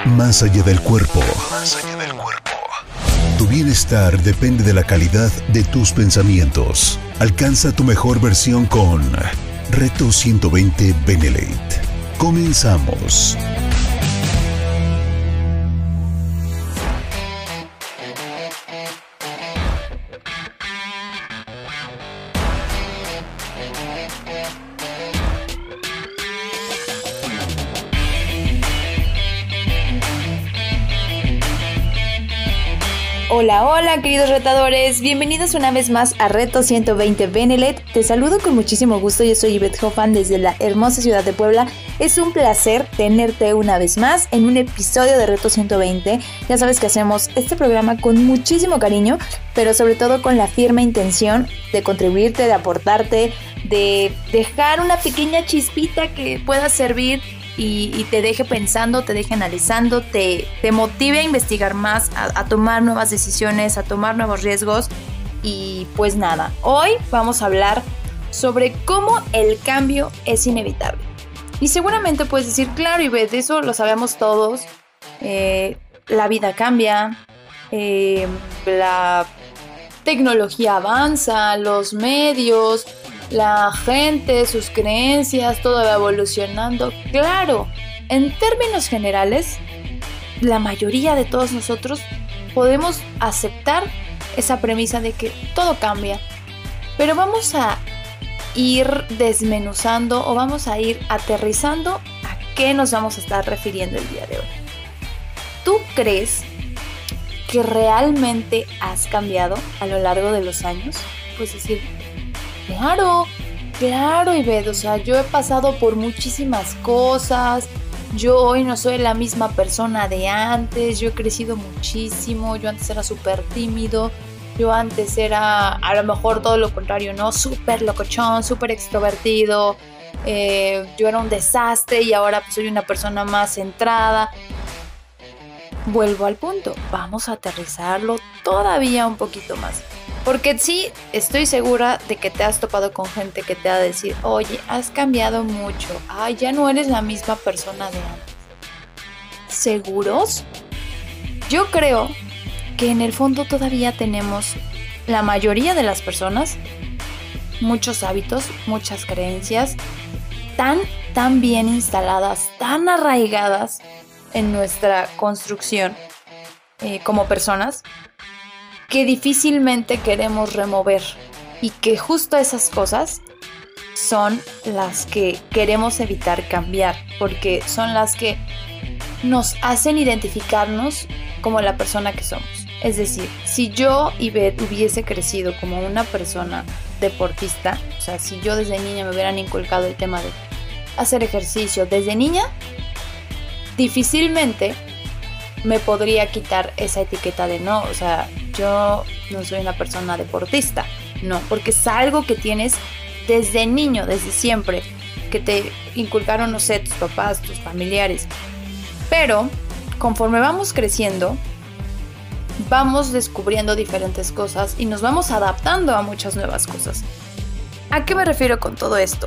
Más allá del cuerpo. Más allá del cuerpo. Tu bienestar depende de la calidad de tus pensamientos. Alcanza tu mejor versión con Reto 120 Benelete. Comenzamos. Hola, hola queridos retadores, bienvenidos una vez más a Reto 120 Benelete. Te saludo con muchísimo gusto, yo soy Ivette Hoffman desde la hermosa ciudad de Puebla. Es un placer tenerte una vez más en un episodio de Reto 120. Ya sabes que hacemos este programa con muchísimo cariño, pero sobre todo con la firme intención de contribuirte, de aportarte, de dejar una pequeña chispita que pueda servir y te deje pensando, te deje analizando, te motive a investigar más, a tomar nuevas decisiones, a tomar nuevos riesgos. Y pues nada, hoy vamos a hablar sobre cómo el cambio es inevitable. Y seguramente puedes decir, claro, Ivette, eso lo sabemos todos, la vida cambia, la tecnología avanza, los medios, la gente, sus creencias, todo va evolucionando. Claro, en términos generales, la mayoría de todos nosotros podemos aceptar esa premisa de que todo cambia. Pero vamos a ir desmenuzando o vamos a ir aterrizando a qué nos vamos a estar refiriendo el día de hoy. ¿Tú crees que realmente has cambiado a lo largo de los años? Pues decir, Claro, Ivette, o sea, yo he pasado por muchísimas cosas, yo hoy no soy la misma persona de antes, yo he crecido muchísimo, yo antes era súper tímido, yo antes era a lo mejor todo lo contrario, ¿no? Súper locochón, súper extrovertido, yo era un desastre y ahora pues soy una persona más centrada. Vuelvo al punto, vamos a aterrizarlo todavía un poquito más. Porque sí, estoy segura de que te has topado con gente que te va a decir, oye, has cambiado mucho, ay, ya no eres la misma persona de antes. ¿Seguros? Yo creo que en el fondo todavía tenemos, la mayoría de las personas, muchos hábitos, muchas creencias, tan bien instaladas, tan arraigadas en nuestra construcción como personas, que difícilmente queremos remover y que justo esas cosas son las que queremos evitar cambiar, porque son las que nos hacen identificarnos como la persona que somos. Es decir, si yo, Ivette, hubiese crecido como una persona deportista, o sea, si yo desde niña me hubieran inculcado el tema de hacer ejercicio desde niña, difícilmente me podría quitar esa etiqueta de no, o sea, yo no soy una persona deportista, no, porque es algo que tienes desde niño, desde siempre, que te inculcaron, no sé, tus papás, tus familiares. Pero conforme vamos creciendo, vamos descubriendo diferentes cosas y nos vamos adaptando a muchas nuevas cosas. ¿A qué me refiero con todo esto?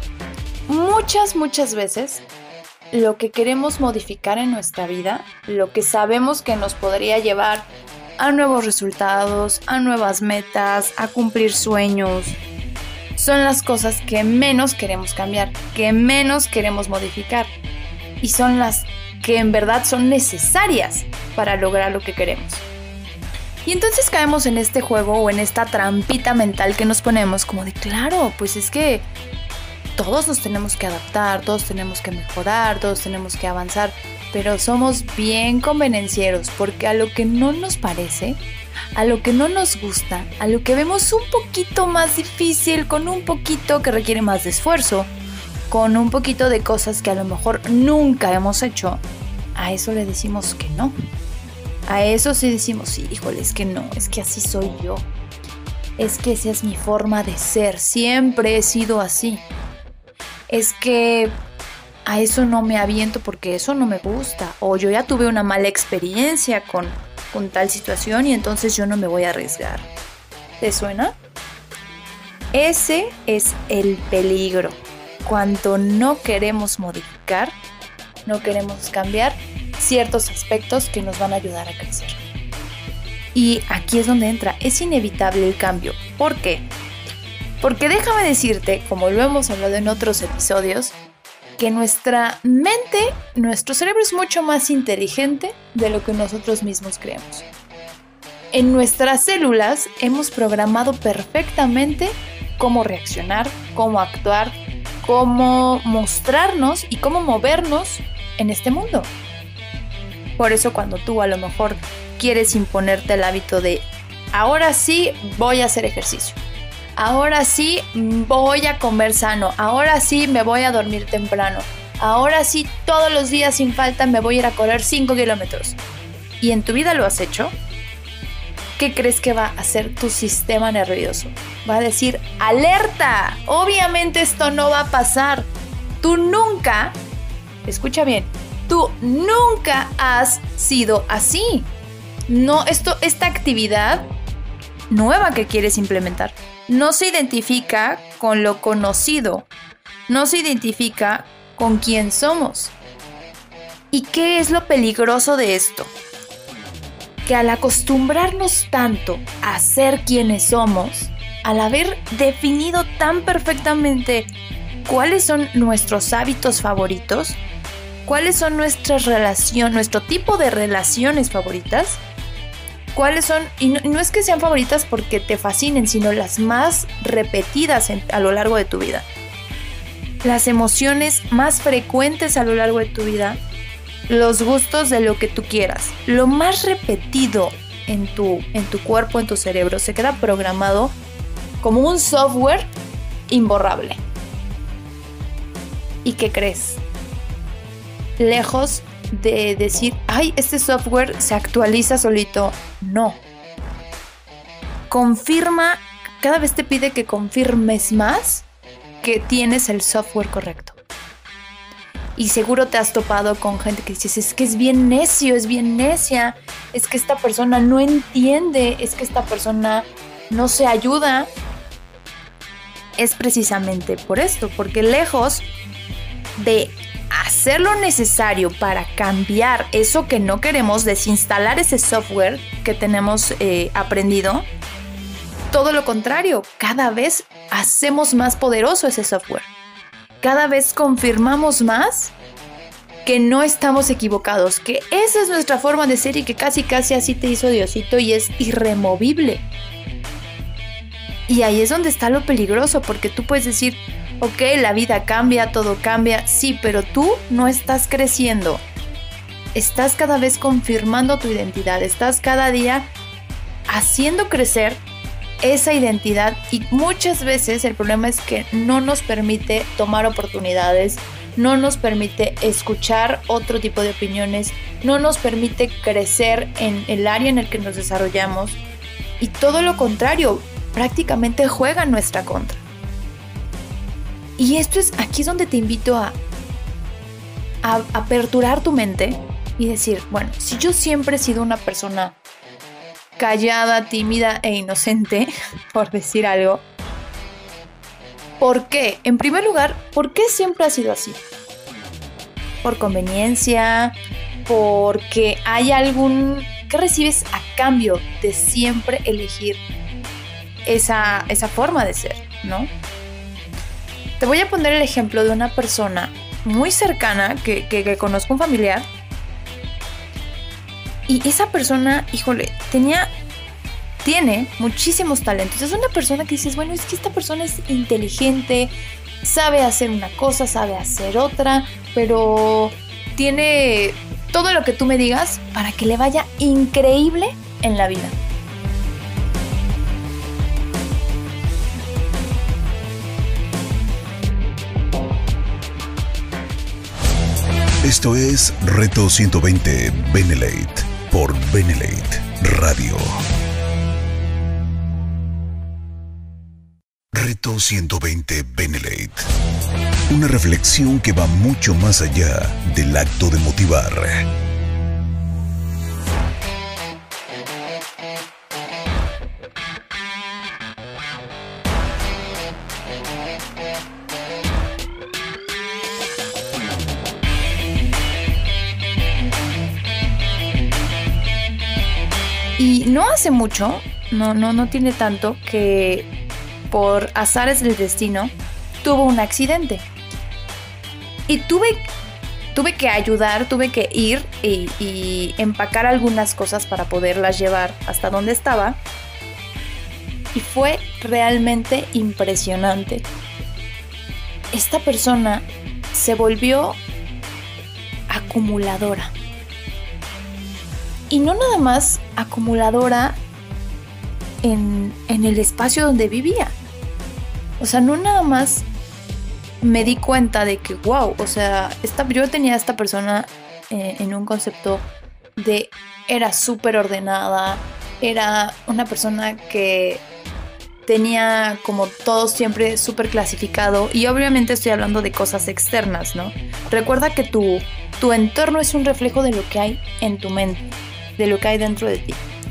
Muchas veces lo que queremos modificar en nuestra vida, lo que sabemos que nos podría llevar a nuevos resultados, a nuevas metas, a cumplir sueños, son las cosas que menos queremos cambiar, que menos queremos modificar, y son las que en verdad son necesarias para lograr lo que queremos. Y entonces caemos en este juego o en esta trampita mental que nos ponemos como de claro, pues es que todos nos tenemos que adaptar, todos tenemos que mejorar, todos tenemos que avanzar, pero somos bien convenencieros porque a lo que no nos parece, a lo que no nos gusta, a lo que vemos un poquito más difícil, con un poquito que requiere más de esfuerzo, con un poquito de cosas que a lo mejor nunca hemos hecho, a eso le decimos que no. A eso sí decimos, sí, híjole, es que no, es que así soy yo. Es que esa es mi forma de ser, siempre he sido así. Es que a eso no me aviento porque eso no me gusta. O yo ya tuve una mala experiencia con tal situación y entonces yo no me voy a arriesgar. ¿Te suena? Ese es el peligro. Cuando no queremos modificar, no queremos cambiar ciertos aspectos que nos van a ayudar a crecer. Y aquí es donde entra, es inevitable el cambio. ¿Por qué? Porque déjame decirte, como lo hemos hablado en otros episodios, que nuestra mente, nuestro cerebro es mucho más inteligente de lo que nosotros mismos creemos. En nuestras células hemos programado perfectamente cómo reaccionar, cómo actuar, cómo mostrarnos y cómo movernos en este mundo. Por eso cuando tú a lo mejor quieres imponerte el hábito de ahora sí voy a hacer ejercicio, ahora sí voy a comer sano, ahora sí me voy a dormir temprano, ahora sí todos los días sin falta me voy a ir a correr 5 kilómetros, y en tu vida lo has hecho, ¿qué crees que va a hacer tu sistema nervioso? Va a decir, ¡alerta! Obviamente esto no va a pasar. Tú nunca, escucha bien, tú nunca has sido así. No, esta actividad nueva que quieres implementar no se identifica con lo conocido, no se identifica con quién somos. ¿Y qué es lo peligroso de esto? Que al acostumbrarnos tanto a ser quienes somos, al haber definido tan perfectamente cuáles son nuestros hábitos favoritos, cuáles son nuestras relaciones, nuestro tipo de relaciones favoritas, cuáles son, y no es que sean favoritas porque te fascinen, sino las más repetidas a lo largo de tu vida, las emociones más frecuentes a lo largo de tu vida, los gustos de lo que tú quieras. Lo más repetido en tu cuerpo, en tu cerebro, se queda programado como un software imborrable. ¿Y qué crees? Lejos de decir, ay, este software se actualiza solito. No. Confirma, cada vez te pide que confirmes más que tienes el software correcto. Y seguro te has topado con gente que dices, es que es bien necio, es bien necia, es que esta persona no entiende, es que esta persona no se ayuda. Es precisamente por esto, porque lejos de hacer lo necesario para cambiar eso que no queremos, desinstalar ese software que tenemos aprendido, todo lo contrario, cada vez hacemos más poderoso ese software. Cada vez confirmamos más que no estamos equivocados, que esa es nuestra forma de ser y que casi así te hizo Diosito y es irremovible. Y ahí es donde está lo peligroso, porque tú puedes decir, ok, la vida cambia, todo cambia, sí, pero tú no estás creciendo. Estás cada vez confirmando tu identidad, estás cada día haciendo crecer esa identidad y muchas veces el problema es que no nos permite tomar oportunidades, no nos permite escuchar otro tipo de opiniones, no nos permite crecer en el área en el que nos desarrollamos y todo lo contrario, prácticamente juega en nuestra contra. Y aquí es donde te invito a aperturar tu mente y decir, bueno, si yo siempre he sido una persona callada, tímida e inocente, por decir algo, ¿por qué? En primer lugar, ¿por qué siempre ha sido así? ¿Por conveniencia? ¿Porque hay qué recibes a cambio de siempre elegir esa forma de ser, ¿no? Te voy a poner el ejemplo de una persona muy cercana que conozco, un familiar. Y esa persona, híjole, tiene muchísimos talentos. Es una persona que dices, bueno, es que esta persona es inteligente, sabe hacer una cosa, sabe hacer otra, pero tiene todo lo que tú me digas para que le vaya increíble en la vida. Esto es Reto 120 Benelate por Benelate Radio. Reto 120 Benelate. Una reflexión que va mucho más allá del acto de motivar. no hace mucho, no tiene tanto, que por azares del destino tuvo un accidente. Y tuve que ayudar, tuve que ir y empacar algunas cosas para poderlas llevar hasta donde estaba. Y fue realmente impresionante. Esta persona se volvió acumuladora. Y no nada más acumuladora en el espacio donde vivía. O sea, no nada más me di cuenta de que, wow, o sea, yo tenía a esta persona en un concepto de era súper ordenada, era una persona que tenía como todo siempre súper clasificado, y obviamente estoy hablando de cosas externas, ¿no? Recuerda que tu entorno es un reflejo de lo que hay en tu mente, de lo que hay dentro de ti.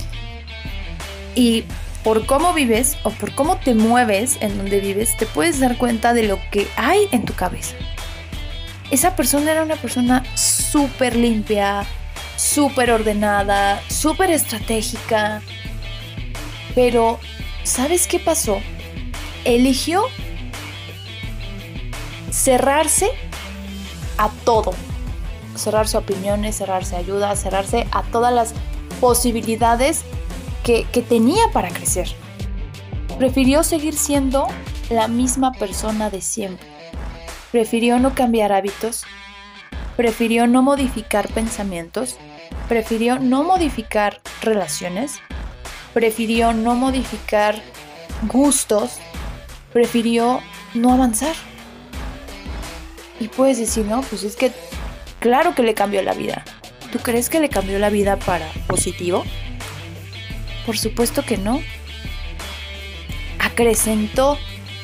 Y por cómo vives o por cómo te mueves en donde vives, te puedes dar cuenta de lo que hay en tu cabeza. Esa persona era una persona súper limpia, súper ordenada, súper estratégica. Pero, ¿sabes qué pasó? Eligió cerrarse a todo. Cerrarse a opiniones, cerrarse a ayuda, cerrarse a todas las posibilidades que tenía para crecer. Prefirió seguir siendo la misma persona de siempre. Prefirió no cambiar hábitos. Prefirió no modificar pensamientos. Prefirió no modificar relaciones. Prefirió no modificar gustos. Prefirió no avanzar. Y puedes decir, no, pues es que claro que le cambió la vida. ¿Tú crees que le cambió la vida para positivo? Por supuesto que no. Acrecentó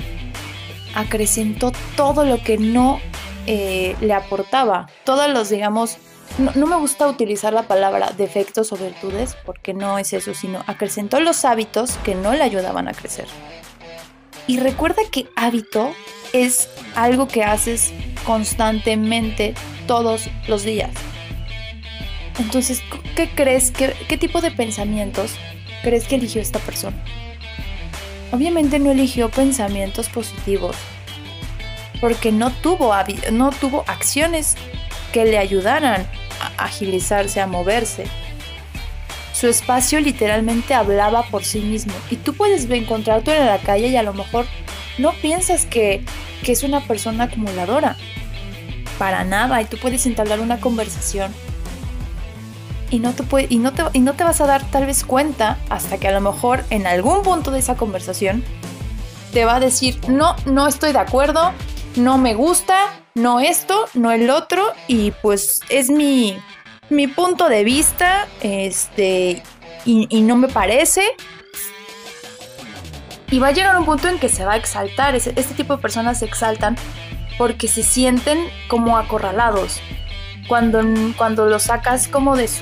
todo lo que no le aportaba. Todos los, digamos, no me gusta utilizar la palabra defectos o virtudes, porque no es eso, sino acrecentó los hábitos que no le ayudaban a crecer. Y recuerda que hábito es algo que haces constantemente todos los días. Entonces, ¿qué crees? ¿Qué tipo de pensamientos crees que eligió esta persona? Obviamente no eligió pensamientos positivos, porque no tuvo acciones que le ayudaran a agilizarse, a moverse. Su espacio literalmente hablaba por sí mismo. Y tú puedes encontrarte en la calle y a lo mejor no piensas que es una persona acumuladora. Para nada. Y tú puedes entablar una conversación y no te vas a dar tal vez cuenta hasta que a lo mejor en algún punto de esa conversación te va a decir, no estoy de acuerdo, no me gusta, no esto, no el otro, y pues es mi punto de vista, y no me parece. Y va a llegar un punto en que se va a exaltar. Este tipo de personas se exaltan porque se sienten como acorralados. Cuando lo sacas como de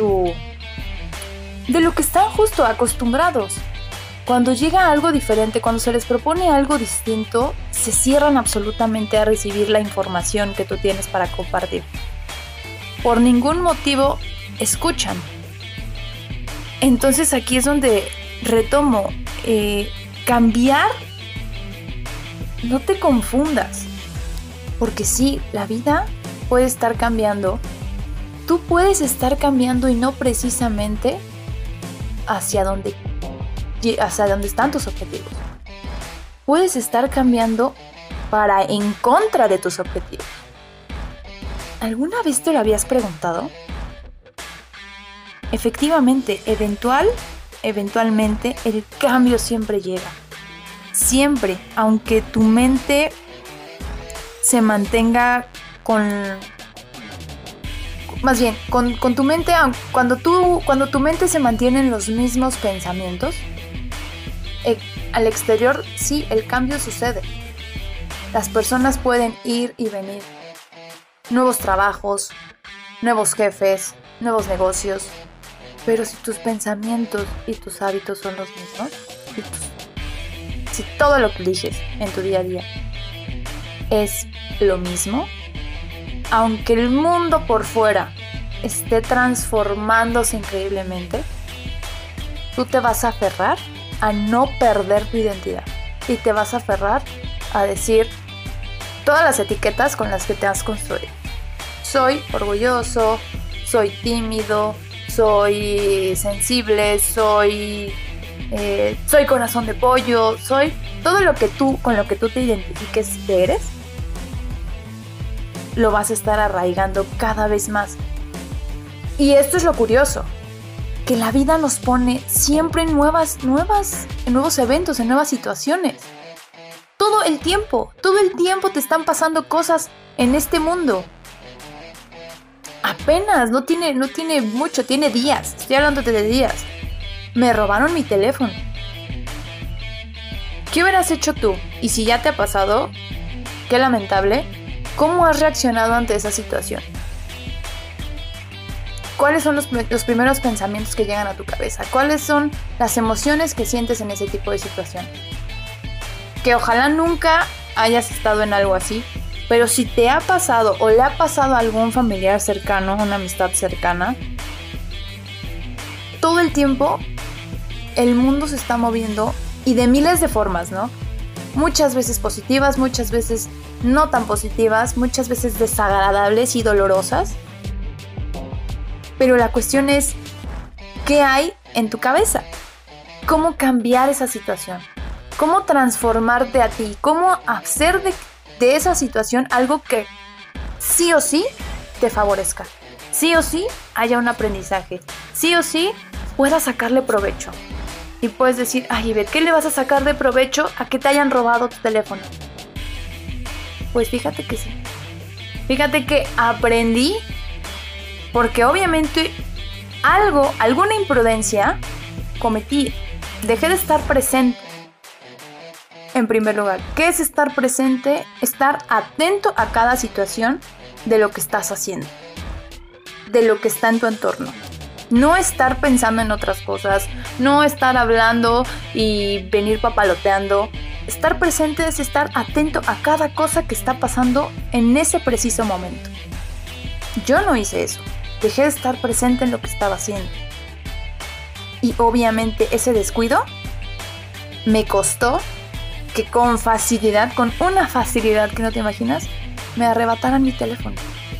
lo que están justo acostumbrados. Cuando llega algo diferente, cuando se les propone algo distinto, se cierran absolutamente a recibir la información que tú tienes para compartir. Por ningún motivo escuchan. Entonces aquí es donde retomo, cambiar, no te confundas, porque sí, la vida puede estar cambiando. Tú puedes estar cambiando y no precisamente hacia donde están tus objetivos. Puedes estar cambiando para en contra de tus objetivos. ¿Alguna vez te lo habías preguntado? Efectivamente, eventualmente el cambio siempre llega. Siempre, aunque tu mente se mantenga con tu mente, cuando tu mente se mantiene en los mismos pensamientos, al exterior sí, el cambio sucede. Las personas pueden ir y venir. Nuevos trabajos, nuevos jefes, nuevos negocios. Pero si tus pensamientos y tus hábitos son los mismos, si todo lo que eliges en tu día a día es lo mismo, aunque el mundo por fuera esté transformándose increíblemente, tú te vas a aferrar a no perder tu identidad y te vas a aferrar a decir todas las etiquetas con las que te has construido. Soy orgulloso, soy tímido, soy sensible, soy corazón de pollo, soy todo lo que tú, con lo que tú te identifiques que eres, lo vas a estar arraigando cada vez más. Y esto es lo curioso, que la vida nos pone siempre en nuevos eventos, en nuevas situaciones. Todo el tiempo te están pasando cosas en este mundo. Apenas, no tiene mucho, tiene días, estoy hablando de días. Me robaron mi teléfono. ¿Qué hubieras hecho tú? Y si ya te ha pasado, qué lamentable, ¿cómo has reaccionado ante esa situación? ¿Cuáles son los primeros pensamientos que llegan a tu cabeza? ¿Cuáles son las emociones que sientes en ese tipo de situación? Que ojalá nunca hayas estado en algo así, pero si te ha pasado o le ha pasado a algún familiar cercano, una amistad cercana, todo el tiempo el mundo se está moviendo y de miles de formas, ¿no? Muchas veces positivas, muchas veces no tan positivas, muchas veces desagradables y dolorosas. Pero la cuestión es, ¿qué hay en tu cabeza? ¿Cómo cambiar esa situación? ¿Cómo transformarte a ti? ¿Cómo hacer de esa situación algo que sí o sí te favorezca? Sí o sí haya un aprendizaje. Sí o sí puedas sacarle provecho. Y puedes decir, ay, Ivette, ¿qué le vas a sacar de provecho a que te hayan robado tu teléfono? Pues fíjate que sí. Fíjate que aprendí, porque obviamente alguna imprudencia cometí. Dejé de estar presente. En primer lugar, ¿qué es estar presente? Estar atento a cada situación de lo que estás haciendo, de lo que está en tu entorno. No estar pensando en otras cosas, no estar hablando y venir papaloteando. Estar presente es estar atento a cada cosa que está pasando en ese preciso momento. Yo no hice eso. Dejé de estar presente en lo que estaba haciendo. Y obviamente ese descuido me costó que con facilidad, con una facilidad que no te imaginas, me arrebataran mi teléfono.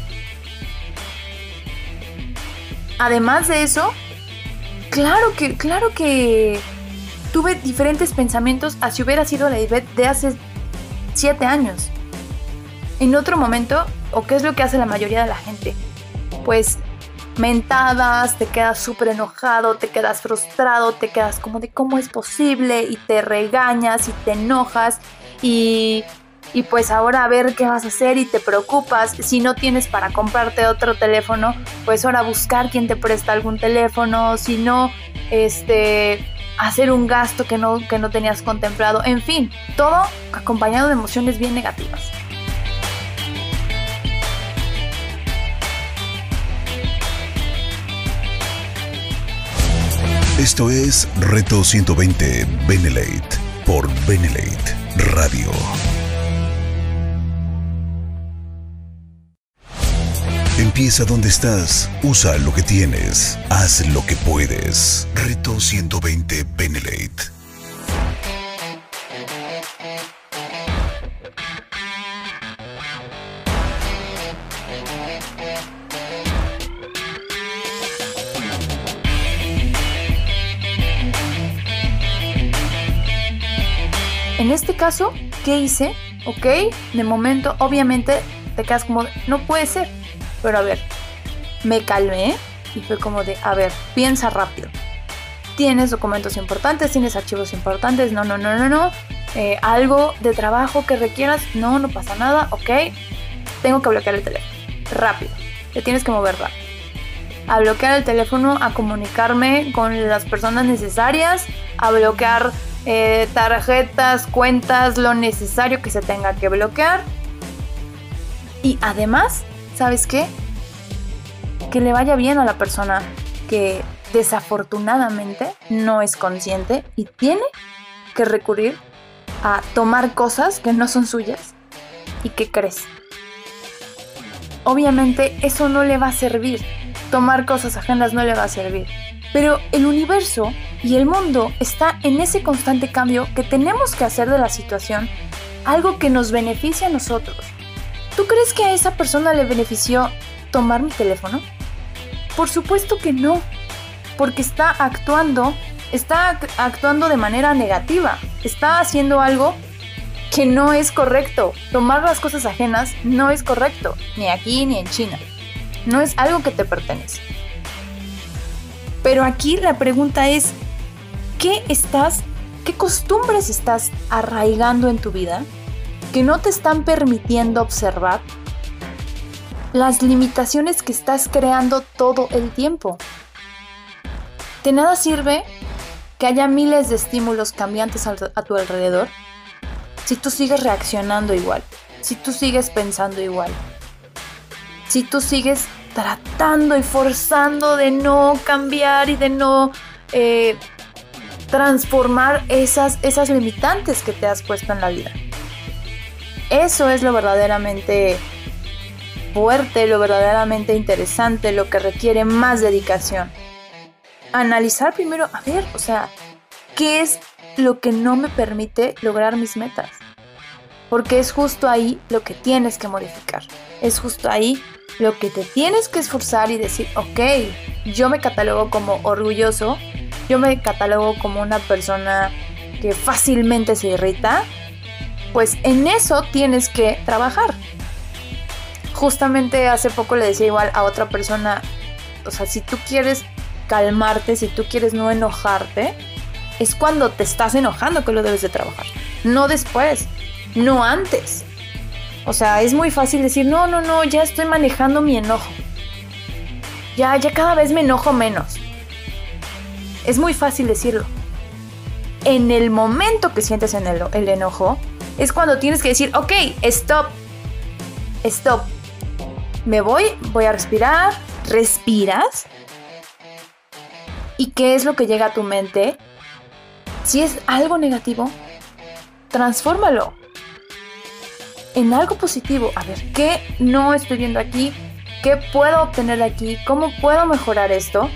Además de eso, claro que tuve diferentes pensamientos a si hubiera sido la Ivette de hace 7 años. En otro momento, ¿o qué es lo que hace la mayoría de la gente? Pues mentadas, te quedas súper enojado, te quedas frustrado, te quedas como de cómo es posible y te regañas y te enojas y pues ahora a ver qué vas a hacer y te preocupas. Si no tienes para comprarte otro teléfono, pues ahora buscar quién te presta algún teléfono, si no, hacer un gasto que no tenías contemplado. En fin, todo acompañado de emociones bien negativas. Esto es Reto 120 Benelate por Benelate Radio. Empieza donde estás, usa lo que tienes, haz lo que puedes. Reto 120 Benelate. En este caso, ¿qué hice? Ok, de momento, obviamente, te quedas como de, no puede ser. Pero a ver, me calmé y fue como de, a ver, piensa rápido. ¿Tienes documentos importantes? ¿Tienes archivos importantes? No. ¿Algo de trabajo que requieras? No pasa nada, ok. Tengo que bloquear el teléfono. Rápido, te tienes que mover rápido. A bloquear el teléfono, a comunicarme con las personas necesarias, a bloquear tarjetas, cuentas, lo necesario que se tenga que bloquear. Y además, ¿sabes qué? Que le vaya bien a la persona que desafortunadamente no es consciente y tiene que recurrir a tomar cosas que no son suyas y que crees. Obviamente eso no le va a servir. tomar cosas ajenas no le va a servir. Pero el universo y el mundo está en ese constante cambio que tenemos que hacer de la situación algo que nos beneficie a nosotros. ¿Tú crees que a esa persona le benefició tomar mi teléfono? Por supuesto que no, porque está actuando de manera negativa, está haciendo algo que no es correcto. Tomar las cosas ajenas no es correcto, ni aquí ni en China. No es algo que te pertenece. Pero aquí la pregunta es, ¿qué costumbres estás arraigando en tu vida que no te están permitiendo observar las limitaciones que estás creando todo el tiempo? De nada sirve que haya miles de estímulos cambiantes a tu alrededor si tú sigues reaccionando igual, si tú sigues pensando igual, si tú sigues tratando y forzando de no cambiar y de no transformar esas limitantes que te has puesto en la vida. Eso es lo verdaderamente fuerte, lo verdaderamente interesante, lo que requiere más dedicación. Analizar primero, ¿qué es lo que no me permite lograr mis metas? Porque es justo ahí lo que tienes que modificar. Es justo ahí lo que te tienes que esforzar y decir, ok, yo me catalogo como orgulloso, yo me catalogo como una persona que fácilmente se irrita, pues en eso tienes que trabajar. Justamente hace poco le decía igual a otra persona, si tú quieres calmarte, si tú quieres no enojarte, es cuando te estás enojando que lo debes de trabajar, no después, no antes. Es muy fácil decir, no, ya estoy manejando mi enojo. Ya cada vez me enojo menos. Es muy fácil decirlo. En el momento que sientes el enojo, es cuando tienes que decir, ok, stop. Me voy a respirar, respiras. ¿Y qué es lo que llega a tu mente? Si es algo negativo, transfórmalo en algo positivo. A ver, ¿qué no estoy viendo aquí? ¿Qué puedo obtener de aquí? ¿Cómo puedo mejorar esto?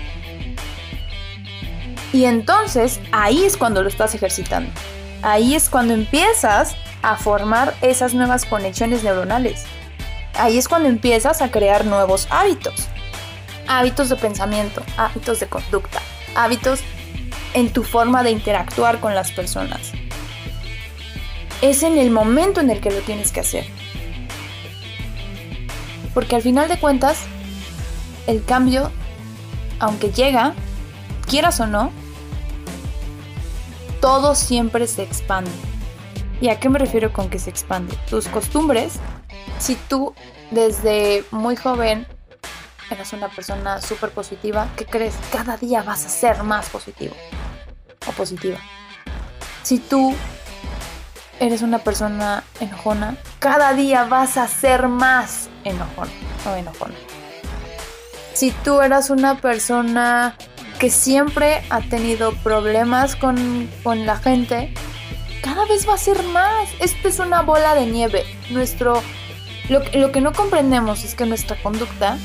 Y entonces, ahí es cuando lo estás ejercitando. Ahí es cuando empiezas a formar esas nuevas conexiones neuronales. Ahí es cuando empiezas a crear nuevos hábitos. Hábitos de pensamiento, hábitos de conducta, hábitos en tu forma de interactuar con las personas. Es en el momento en el que lo tienes que hacer. Porque al final de cuentas, el cambio, aunque llega, quieras o no, todo siempre se expande. ¿Y a qué me refiero con que se expande? Tus costumbres, si tú desde muy joven eras una persona súper positiva, ¿qué crees? Cada día vas a ser más positivo o positiva. Si tú eres una persona enojona, cada día vas a ser más enojón o enojona. Si tú eras una persona que siempre ha tenido problemas con la gente, cada vez va a ser más. Esto es una bola de nieve. Lo que no comprendemos es que nuestra conducta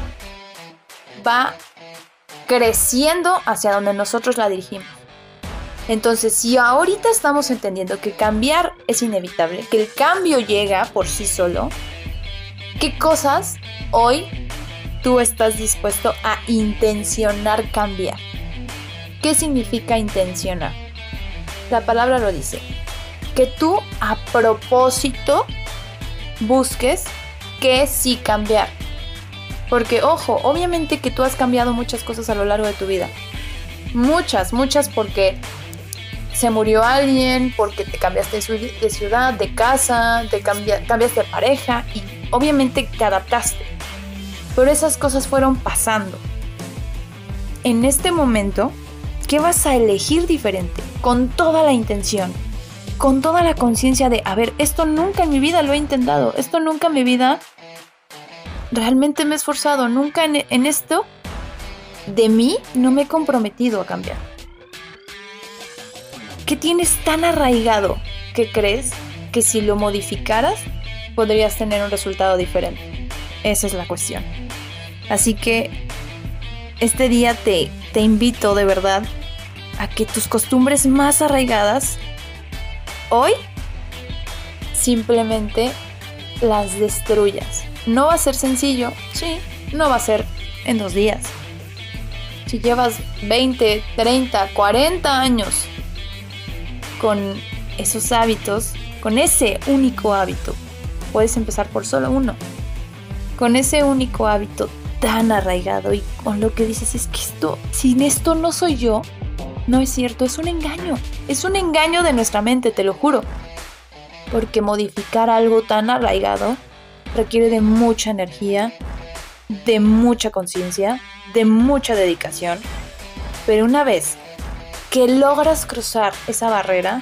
va creciendo hacia donde nosotros la dirigimos. Entonces, si ahorita estamos entendiendo que cambiar es inevitable, que el cambio llega por sí solo, ¿qué cosas hoy tú estás dispuesto a intencionar cambiar? ¿Qué significa intencionar? La palabra lo dice. Que tú a propósito busques que sí cambiar. Porque, ojo, obviamente que tú has cambiado muchas cosas a lo largo de tu vida. Muchas porque se murió alguien, porque te cambiaste de ciudad, de casa, cambiaste de pareja y obviamente te adaptaste. Pero esas cosas fueron pasando. En este momento, ¿qué vas a elegir diferente? Con toda la intención, con toda la conciencia de, a ver, esto nunca en mi vida lo he intentado, esto nunca en mi vida realmente me he esforzado, nunca en esto de mí no me he comprometido a cambiar. ¿Qué tienes tan arraigado que crees que si lo modificaras podrías tener un resultado diferente? Esa es la cuestión. Así que este día te invito de verdad a que tus costumbres más arraigadas hoy simplemente las destruyas. No va a ser sencillo, sí, no va a ser en 2 días. Si llevas 20, 30, 40 años con esos hábitos, con ese único hábito, puedes empezar por solo uno. Con ese único hábito tan arraigado y con lo que dices es que sin esto no soy yo, no es cierto, es un engaño. Es un engaño de nuestra mente, te lo juro. Porque modificar algo tan arraigado requiere de mucha energía, de mucha conciencia, de mucha dedicación. Pero una vez que logras cruzar esa barrera,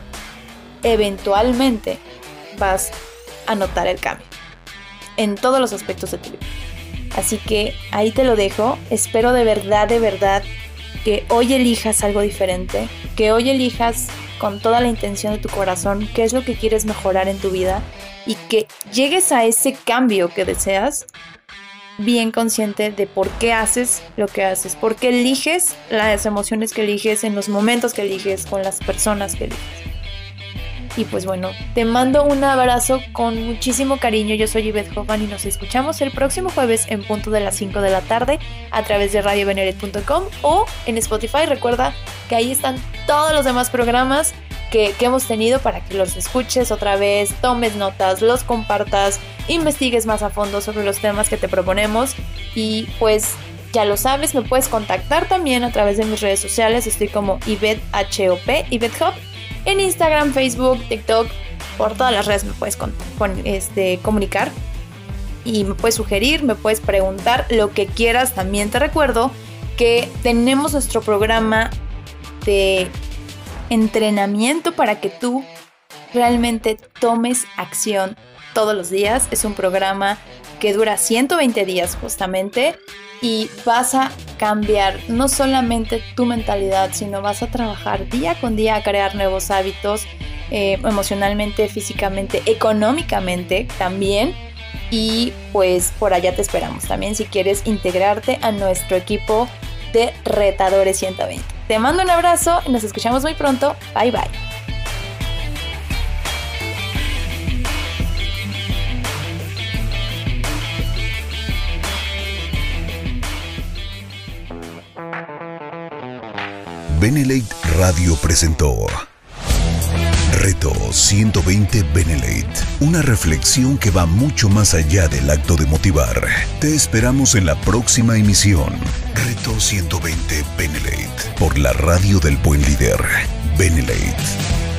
eventualmente vas a notar el cambio en todos los aspectos de tu vida. Así que ahí te lo dejo. Espero de verdad que hoy elijas algo diferente, que hoy elijas con toda la intención de tu corazón qué es lo que quieres mejorar en tu vida y que llegues a ese cambio que deseas bien consciente de por qué haces lo que haces, por qué eliges las emociones que eliges en los momentos que eliges, con las personas que eliges. Y pues bueno, te mando un abrazo con muchísimo cariño. Yo soy Ivette Hoffman y nos escuchamos el próximo jueves en punto de las 5 de la tarde a través de radiobeneret.com o en Spotify. Recuerda que ahí están todos los demás programas que hemos tenido para que los escuches otra vez, tomes notas, los compartas, investigues más a fondo sobre los temas que te proponemos. Y pues ya lo sabes, me puedes contactar también a través de mis redes sociales. Estoy como Ivette HOP, Ivette Hop. En Instagram, Facebook, TikTok, por todas las redes me puedes comunicar y me puedes sugerir, me puedes preguntar lo que quieras. También te recuerdo que tenemos nuestro programa de entrenamiento para que tú realmente tomes acción todos los días. Es un programa que dura 120 días justamente. Y vas a cambiar no solamente tu mentalidad, sino vas a trabajar día con día a crear nuevos hábitos emocionalmente, físicamente, económicamente también. Y pues por allá te esperamos también si quieres integrarte a nuestro equipo de Retadores 120. Te mando un abrazo y nos escuchamos muy pronto. Bye bye. Benelate Radio presentó Reto 120 Benelate, una reflexión que va mucho más allá del acto de motivar. Te esperamos en la próxima emisión. Reto 120 Benelate, por la radio del buen líder, Benelate.